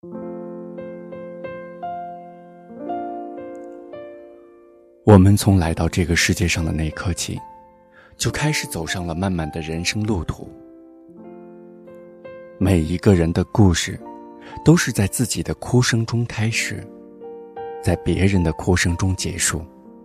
我们从来到这个世界上的那一刻起，就开始走上了漫漫的人生路途。每一个人的故事，都是在自己的哭声中开始，在别人的哭声中结束。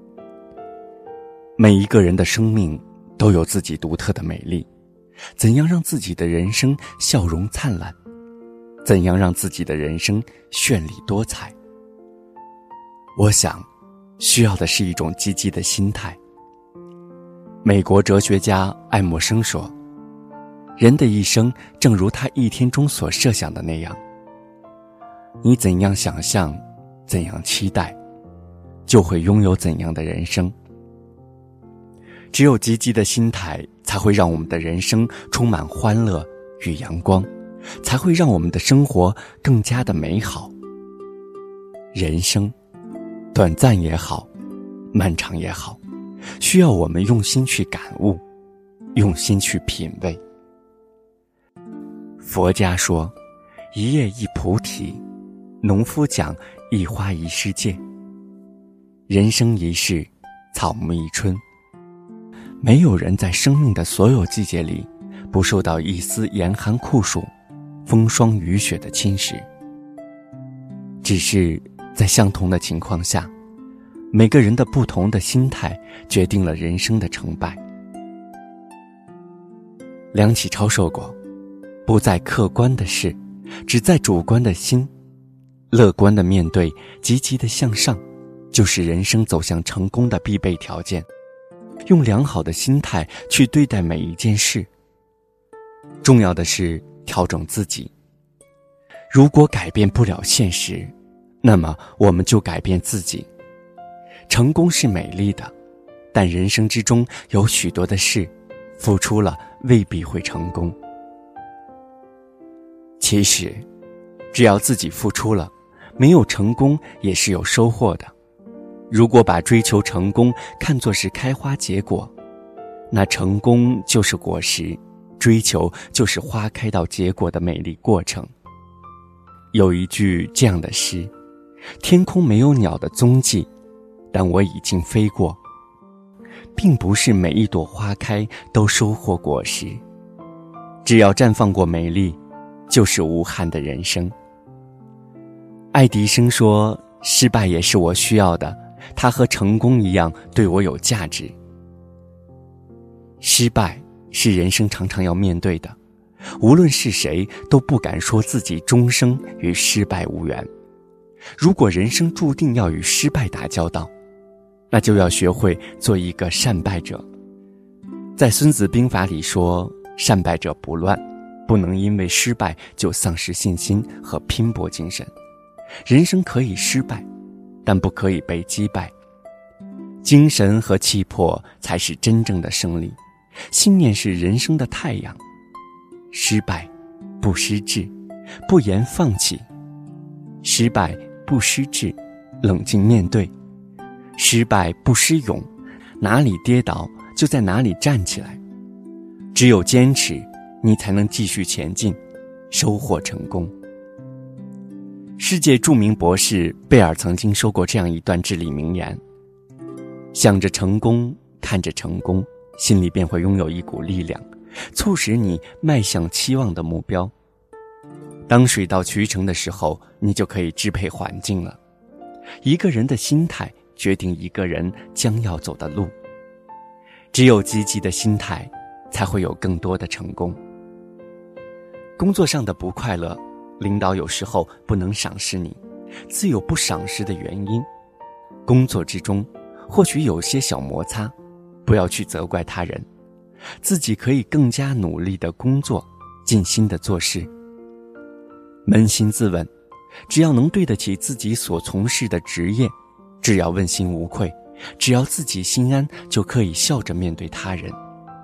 每一个人的生命都有自己独特的美丽，怎样让自己的人生笑容灿烂？怎样让自己的人生绚丽多彩？我想，需要的是一种积极的心态。美国哲学家爱默生说，人的一生正如他一天中所设想的那样，你怎样想象，怎样期待，就会拥有怎样的人生。只有积极的心态，才会让我们的人生充满欢乐与阳光，才会让我们的生活更加的美好。人生短暂也好，漫长也好，需要我们用心去感悟，用心去品味。佛家说，一叶一菩提，农夫讲一花一世界。人生一世，草木一春。没有人在生命的所有季节里，不受到一丝严寒酷暑、风霜雨雪的侵蚀。只是在相同的情况下，每个人的不同的心态决定了人生的成败。梁启超说过，不在客观的事，只在主观的心。乐观的面对，积极的向上，就是人生走向成功的必备条件。用良好的心态去对待每一件事。重要的是调整自己。如果改变不了现实，那么我们就改变自己。成功是美丽的，但人生之中有许多的事，付出了未必会成功。其实，只要自己付出了，没有成功也是有收获的。如果把追求成功看作是开花结果，那成功就是果实，追求就是花开到结果的美丽过程。有一句这样的诗，天空没有鸟的踪迹，但我已经飞过。并不是每一朵花开都收获果实，只要绽放过美丽，就是无憾的人生。爱迪生说，失败也是我需要的，它和成功一样对我有价值。失败是人生常常要面对的，无论是谁都不敢说自己终生与失败无缘。如果人生注定要与失败打交道，那就要学会做一个善败者。在《孙子兵法》里说，善败者不乱，不能因为失败就丧失信心和拼搏精神。人生可以失败，但不可以被击败。精神和气魄才是真正的胜利，信念是人生的太阳。失败不失志，不言放弃；失败不失志，冷静面对；失败不失勇，哪里跌倒就在哪里站起来。只有坚持，你才能继续前进，收获成功。世界著名博士贝尔曾经说过这样一段至理名言：想着成功，看着成功，心里便会拥有一股力量，促使你迈向期望的目标。当水到渠成的时候，你就可以支配环境了。一个人的心态决定一个人将要走的路，只有积极的心态，才会有更多的成功。工作上的不快乐，领导有时候不能赏识你，自有不赏识的原因。工作之中或许有些小摩擦，不要去责怪他人，自己可以更加努力的工作，尽心的做事。扪心自问，只要能对得起自己所从事的职业，只要问心无愧，只要自己心安，就可以笑着面对他人。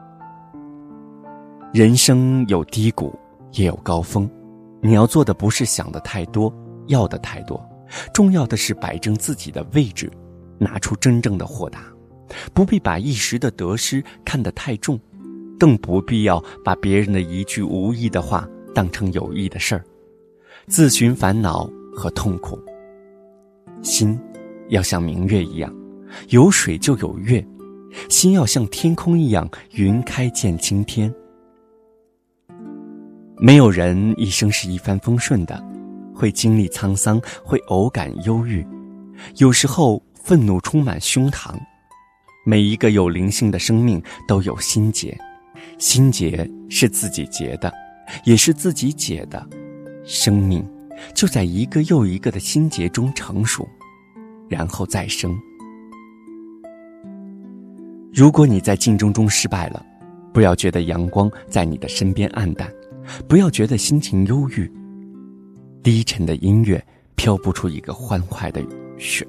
人生有低谷，也有高峰，你要做的不是想的太多，要的太多，重要的是摆正自己的位置，拿出真正的豁达，不必把一时的得失看得太重，更不必要把别人的一句无意的话当成有意的事儿。 自寻烦恼和痛苦。心要像明月一样，有水就有月，心要像天空一样，云开见青天。没有人一生是一帆风顺的，会经历沧桑，会偶感忧郁，有时候愤怒充满胸膛。每一个有灵性的生命都有心结，心结是自己结的，也是自己解的。生命就在一个又一个的心结中成熟，然后再生。如果你在竞争中失败了，不要觉得阳光在你的身边暗淡，不要觉得心情忧郁。低沉的音乐飘不出一个欢快的旋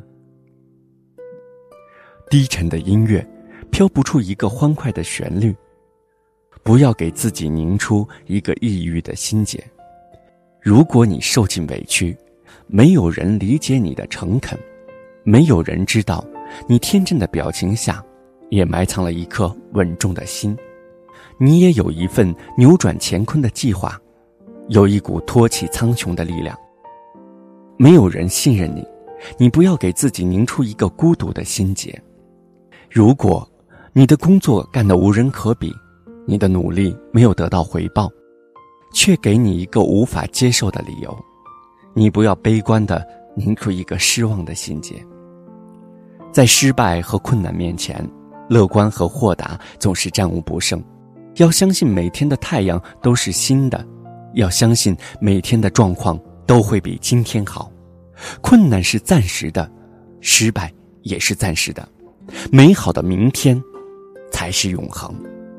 律。不要给自己拧出一个抑郁的心结。如果你受尽委屈，没有人理解你的诚恳，没有人知道你天真的表情下也埋藏了一颗稳重的心。你也有一份扭转乾坤的计划，有一股托起苍穹的力量。没有人信任你，你不要给自己拧出一个孤独的心结。如果你的工作干得无人可比，你的努力没有得到回报，却给你一个无法接受的理由，你不要悲观地拧出一个失望的心结。在失败和困难面前，乐观和豁达总是战无不胜。要相信每天的太阳都是新的，要相信每天的状况都会比今天好。困难是暂时的，失败也是暂时的，美好的明天才是永恒。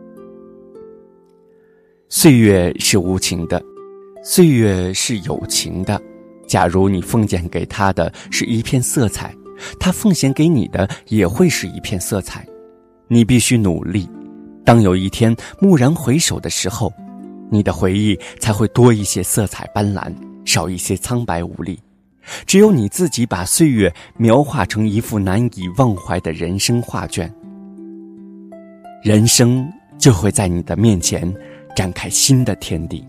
岁月是无情的，岁月是有情的。假如你奉献给他的是一片色彩，他奉献给你的也会是一片色彩。你必须努力，当有一天蓦然回首的时候，你的回忆才会多一些色彩斑斓，少一些苍白无力。只有你自己把岁月描画成一幅难以忘怀的人生画卷，人生就会在你的面前展开新的天地。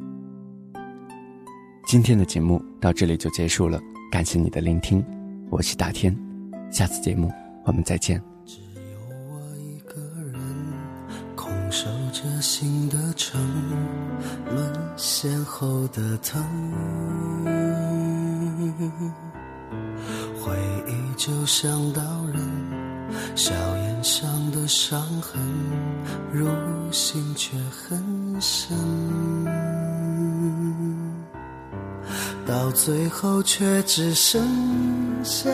今天的节目到这里就结束了，感谢你的聆听，我是大天，下次节目我们再见。 只有我一个人空守着心的城，沦陷后的疼，回忆就像刀刃，笑颜上的伤痕，入心却很深，到最后却只剩下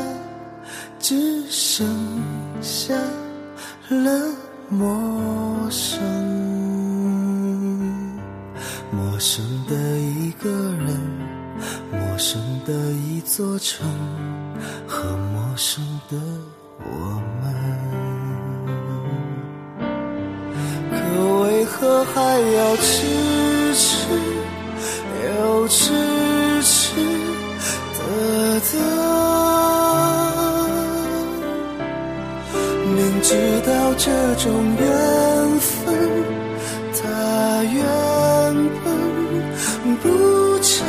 了陌生，陌生的一个人，陌生的一座城，和陌生的我们。可为何还要痴痴又痴痴的等？明知道这种缘分它原本不长，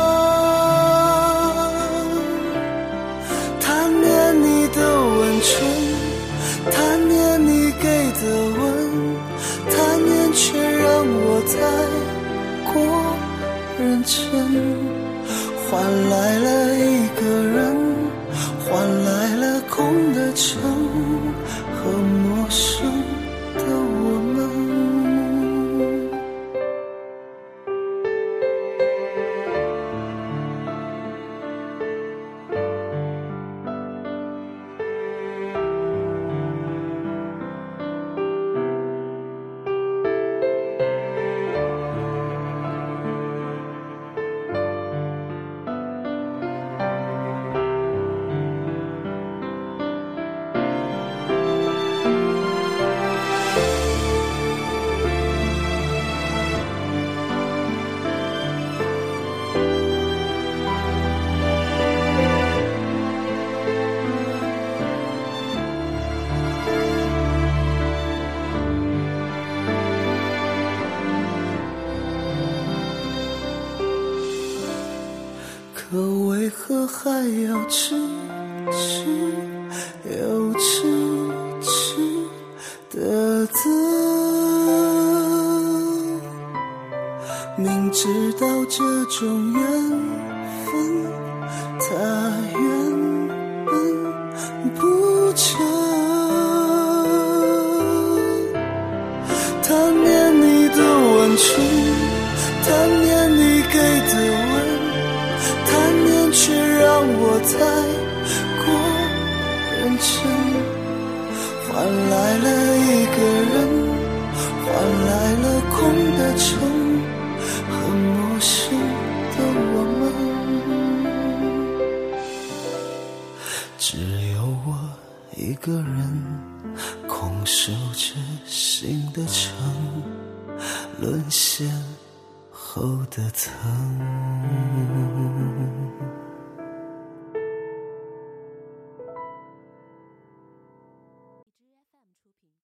贪念你的温存，贪念你给的吻，贪念却让我太过认真，换来了一个人，换来了空的城和陌生的我们。 可为何还要痴痴又痴痴的等？明知道这种缘分它原本不成，贪念你的温存，贪念你给的吻，贪念却让我太过认真，换来了一个人，换来了空的城和陌生的我们。只有我一个人空守着心的城，沦陷后的疼。